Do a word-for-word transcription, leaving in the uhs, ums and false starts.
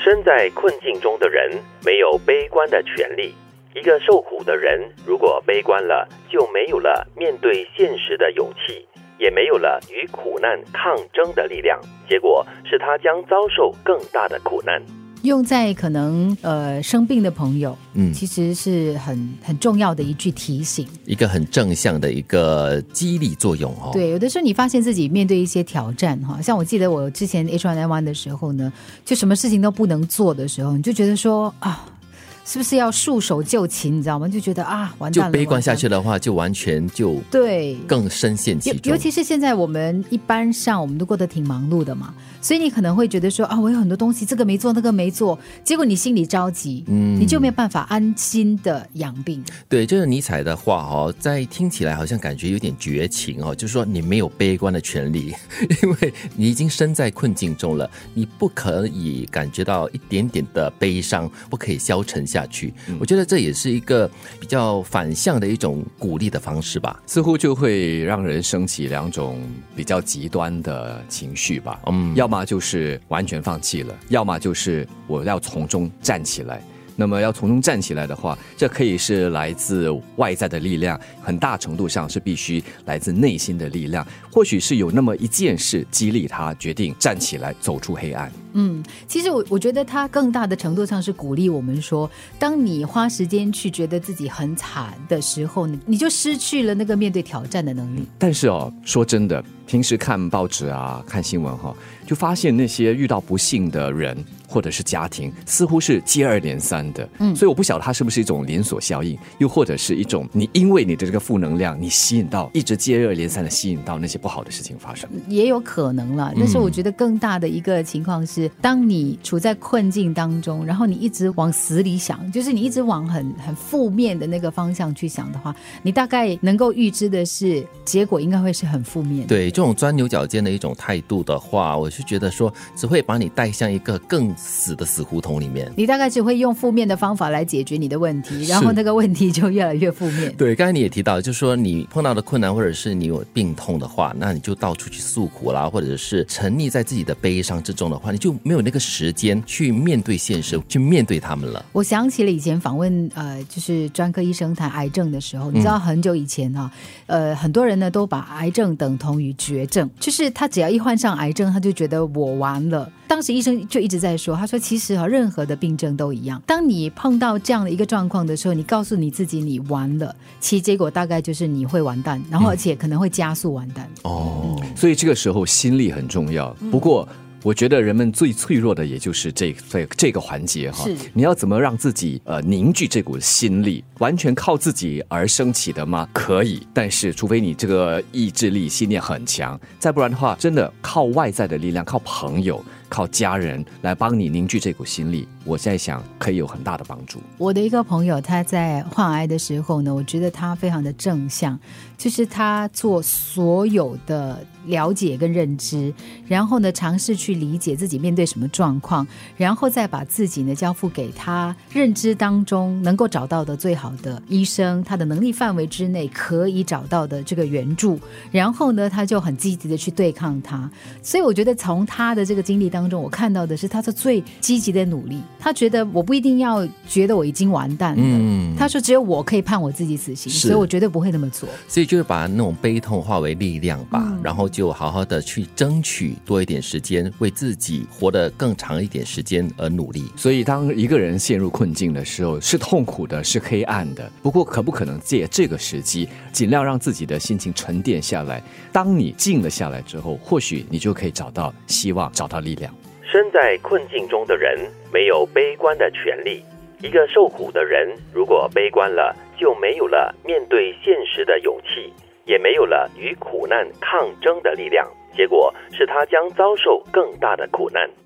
身在困境中的人没有悲观的权利。一个受苦的人如果悲观了，就没有了面对现实的勇气，也没有了与苦难抗争的力量，结果是他将遭受更大的苦难。 用在可能呃生病的朋友，嗯，其实是很很重要的一句提醒， 一个很正向的一个激励作用哦。 对，有的时候你发现自己面对一些挑战哈，像我记得我之前 H 一 N 一 的时候呢，就什么事情都不能做的时候，你就觉得说啊，是不是要束手就擒，你知道吗？就觉得啊，完蛋了， 就悲观下去的话，就完全就对更深陷其中。 尤其是现在我们一般上我们都过得挺忙碌的嘛，所以你可能会觉得说啊，我有很多东西，这个没做那个没做，结果你心里着急，嗯，你就没有办法安心的养病。 对，这个尼采的话哦，在听起来好像感觉有点绝情哦，就是说你没有悲观的权利，因为你已经身在困境中了，你不可以感觉到一点点的悲伤，不可以消沉下去。嗯，我觉得这也是一个比较反向的一种鼓励的方式吧， 似乎就会让人升起两种比较极端的情绪吧。嗯，要么就是完全放弃了，要么就是我要从中站起来。那么要从中站起来的话，这可以是来自外在的力量，很大程度上是必须来自内心的力量，或许是有那么一件事激励他决定站起来走出黑暗。 嗯，其实我我觉得他更大的程度上是鼓励我们说，当你花时间去觉得自己很惨的时候，你你就失去了那个面对挑战的能力。 但是哦，说真的，平时看报纸啊，看新闻哈、哦，就发现那些遇到不幸的人或者是家庭，似乎是接二连三的。嗯，所以我不晓得它是不是一种连锁效应，又或者是一种你因为你的这个负能量，你吸引到一直接二连三的吸引到那些不好的事情发生， 也有可能了。但是我觉得更大的一个情况是，当你处在困境当中，然后你一直往死里想，就是你一直往很很负面的那个方向去想的话，你大概能够预知的是结果应该会是很负面的。 对，这种钻牛角尖的一种态度的话，我是觉得说只会把你带向一个更死的死胡同里面， 你大概只会用负面的方法来解决你的问题，然后那个问题就越来越负面。 对，刚才你也提到，就是说你碰到的困难或者是你有病痛的话，那你就到处去诉苦啦，或者是沉溺在自己的悲伤之中的话，你就没有那个时间去面对现实，去面对他们了。 我想起了以前访问呃，就是专科医生谈癌症的时候，你知道很久以前哈、啊，呃，很多人呢都把癌症等同于绝症，就是他只要一患上癌症，他就觉得我完了。当时医生就一直在说，他说其实啊，任何的病症都一样，当你碰到这样的一个状况的时候，你告诉你自己你完了，其实结果大概就是你会完蛋，然后而且可能会加速完蛋。 嗯、哦，所以这个时候心力很重要。不过我觉得人们最脆弱的也就是这这这个环节哈，你要怎么让自己呃凝聚这股心力？完全靠自己而升起的吗？可以，但是除非你这个意志力、信念很强，再不然的话，真的靠外在的力量，靠朋友、靠家人来帮你凝聚这股心力，我在想可以有很大的帮助。 我的一个朋友，他在患癌的时候呢，我觉得他非常的正向，就是他做所有的了解跟认知，然后呢尝试去理解自己面对什么状况，然后再把自己呢交付给他认知当中能够找到的最好的医生，他的能力范围之内可以找到的这个援助，然后呢他就很积极的去对抗他。所以我觉得从他的这个经历当中，我看到的是他是最积极的努力。他觉得我不一定要觉得我已经完蛋了、嗯、他说只有我可以判我自己死刑，所以我绝对不会那么做。 所以就是把那种悲痛化为力量吧、嗯、然后就好好的去争取多一点时间，为自己活得更长一点时间而努力。 所以当一个人陷入困境的时候，是痛苦的，是黑暗的，不过可不可能借这个时机尽量让自己的心情沉淀下来，当你静了下来之后，或许你就可以找到希望，找到力量。 身在困境中的人没有悲观的权利。一个受苦的人如果悲观了，就没有了面对现实的勇气，也没有了与苦难抗争的力量，结果是他将遭受更大的苦难。